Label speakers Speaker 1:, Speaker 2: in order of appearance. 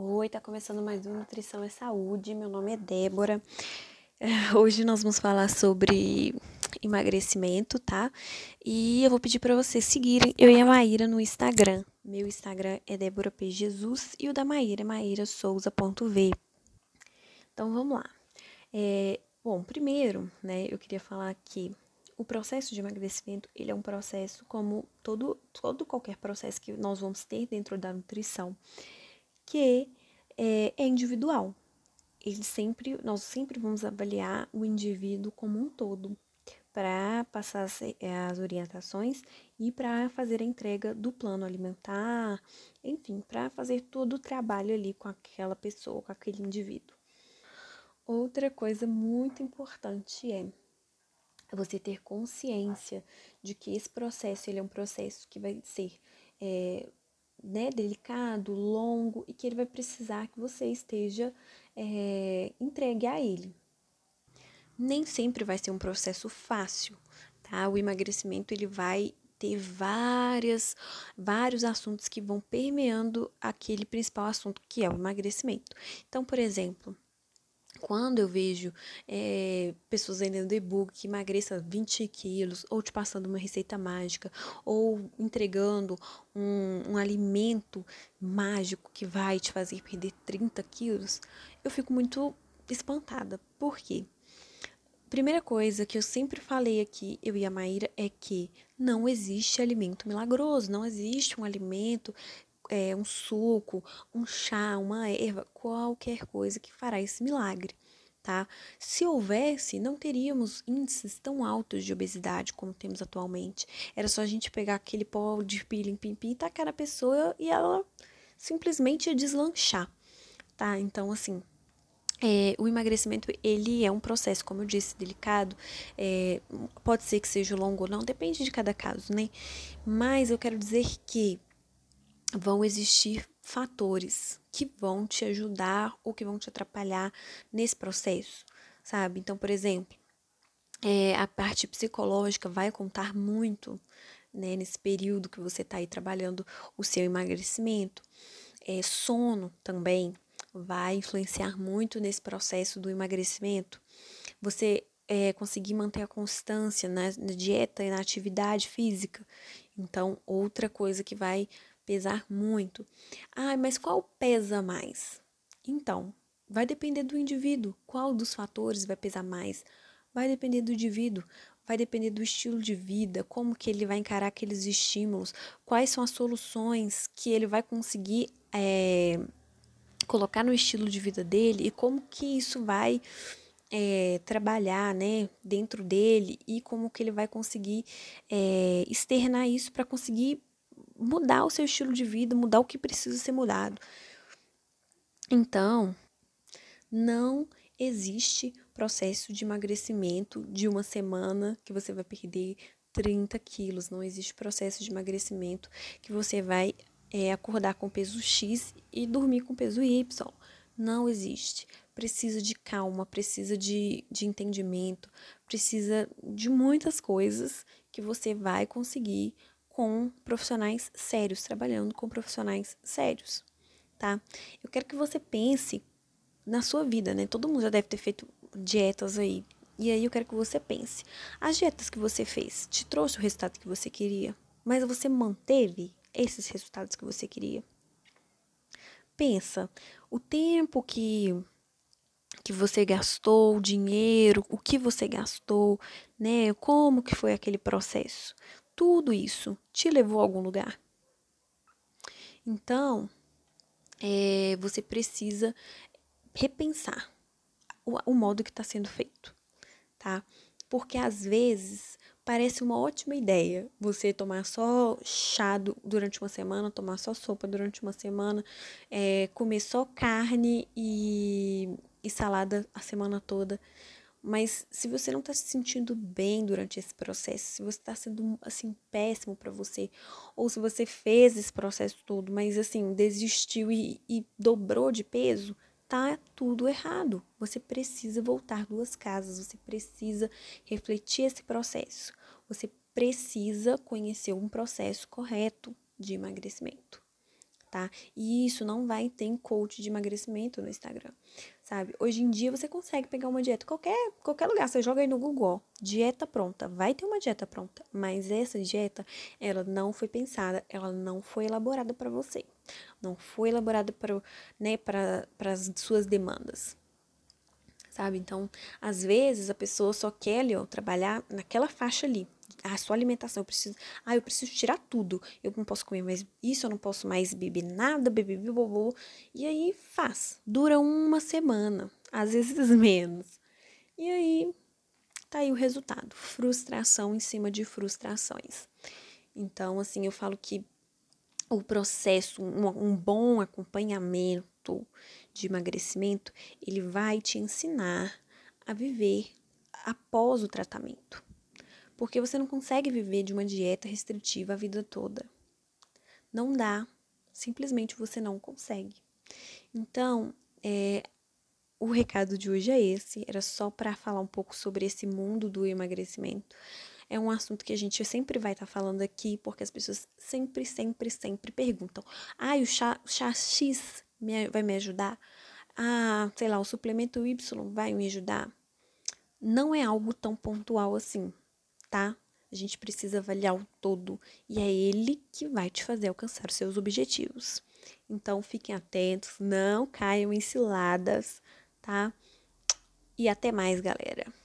Speaker 1: Oi, tá começando mais um Nutrição é Saúde. Meu nome é Débora. Hoje nós vamos falar sobre emagrecimento, tá? E eu vou pedir para vocês seguirem eu e a Maíra no Instagram. Meu Instagram é Débora P. Jesus e o da Maíra é maírasouza.v. Então vamos lá. Bom, primeiro, né, eu queria falar que o processo de emagrecimento, ele é um processo como qualquer processo que nós vamos ter dentro da nutrição, que é individual. Nós sempre vamos avaliar o indivíduo como um todo para passar as orientações e para fazer a entrega do plano alimentar, enfim, para fazer todo o trabalho ali com aquela pessoa, com aquele indivíduo. Outra coisa muito importante é você ter consciência de que esse processo ele é um processo que vai ser delicado, longo e que ele vai precisar que você esteja entregue a ele. Nem sempre vai ser um processo fácil, tá? O emagrecimento ele vai ter vários assuntos que vão permeando aquele principal assunto que é o emagrecimento. Então, por exemplo, quando eu vejo pessoas vendendo e-book que emagreça 20 quilos, ou te passando uma receita mágica, ou entregando um alimento mágico que vai te fazer perder 30 quilos, eu fico muito espantada. Por quê? Primeira coisa que eu sempre falei aqui, eu e a Maíra, é que não existe alimento milagroso, não existe um alimento, um suco, um chá, uma erva, qualquer coisa que fará esse milagre, tá? Se houvesse, não teríamos índices tão altos de obesidade como temos atualmente. Era só a gente pegar aquele pó de pilim-pim-pim e tacar na pessoa e ela simplesmente ia deslanchar, tá? Então, assim, o emagrecimento, ele é um processo, como eu disse, delicado, pode ser que seja longo ou não, depende de cada caso, né? Mas eu quero dizer que vão existir fatores que vão te ajudar ou que vão te atrapalhar nesse processo, sabe? Então, por exemplo, a parte psicológica vai contar muito, né, nesse período que você está aí trabalhando o seu emagrecimento. Sono também vai influenciar muito nesse processo do emagrecimento. Você conseguir manter a constância na dieta e na atividade física. Então, outra coisa que vai pesar muito. Ah, mas qual pesa mais? Então, vai depender do indivíduo. Qual dos fatores vai pesar mais? Vai depender do indivíduo. Vai depender do estilo de vida, como que ele vai encarar aqueles estímulos, quais são as soluções que ele vai conseguir colocar no estilo de vida dele e como que isso vai trabalhar, né, dentro dele e como que ele vai conseguir externar isso para conseguir mudar o seu estilo de vida, mudar o que precisa ser mudado. Então, não existe processo de emagrecimento de uma semana que você vai perder 30 quilos. Não existe processo de emagrecimento que você vai acordar com peso X e dormir com peso Y. Não existe. Precisa de calma, precisa de entendimento, precisa de muitas coisas que você vai conseguir com profissionais sérios, trabalhando com profissionais sérios, tá? Eu quero que você pense na sua vida, né? Todo mundo já deve ter feito dietas aí. E aí eu quero que você pense. As dietas que você fez te trouxe o resultado que você queria, mas você manteve esses resultados que você queria? Pensa, o tempo que você gastou, o dinheiro, o que você gastou, né? Como que foi aquele processo? Tudo isso te levou a algum lugar? Então, você precisa repensar o modo que está sendo feito, tá? Porque às vezes parece uma ótima ideia você tomar só chá durante uma semana, tomar só sopa durante uma semana, comer só carne e salada a semana toda. Mas se você não está se sentindo bem durante esse processo, se você está sendo assim péssimo para você, ou se você fez esse processo todo, mas assim desistiu e dobrou de peso, tá tudo errado. Você precisa voltar duas casas, você precisa refletir esse processo. Você precisa conhecer um processo correto de emagrecimento, tá? E isso não vai ter em coach de emagrecimento no Instagram, sabe? Hoje em dia você consegue pegar uma dieta, qualquer lugar, você joga aí no Google, ó, dieta pronta, vai ter uma dieta pronta, mas essa dieta, ela não foi pensada, ela não foi elaborada para você, não foi elaborada para, né, para as suas demandas, sabe? Então, às vezes a pessoa só quer ali, ó, trabalhar naquela faixa ali. A sua alimentação, eu preciso tirar tudo. Eu não posso comer mais isso, eu não posso mais beber nada, beber bobô. E aí faz. Dura uma semana, às vezes menos. E aí tá aí o resultado. Frustração em cima de frustrações. Então, assim, eu falo que o processo, um bom acompanhamento de emagrecimento, ele vai te ensinar a viver após o tratamento. Porque você não consegue viver de uma dieta restritiva a vida toda. Não dá. Simplesmente você não consegue. Então, o recado de hoje é esse. Era só para falar um pouco sobre esse mundo do emagrecimento. É um assunto que a gente sempre vai estar falando aqui, porque as pessoas sempre perguntam: o chá X vai me ajudar? Sei lá, o suplemento Y vai me ajudar? Não é algo tão pontual assim, tá? A gente precisa avaliar o todo e é ele que vai te fazer alcançar os seus objetivos. Então, fiquem atentos, não caiam em ciladas, tá? E até mais, galera.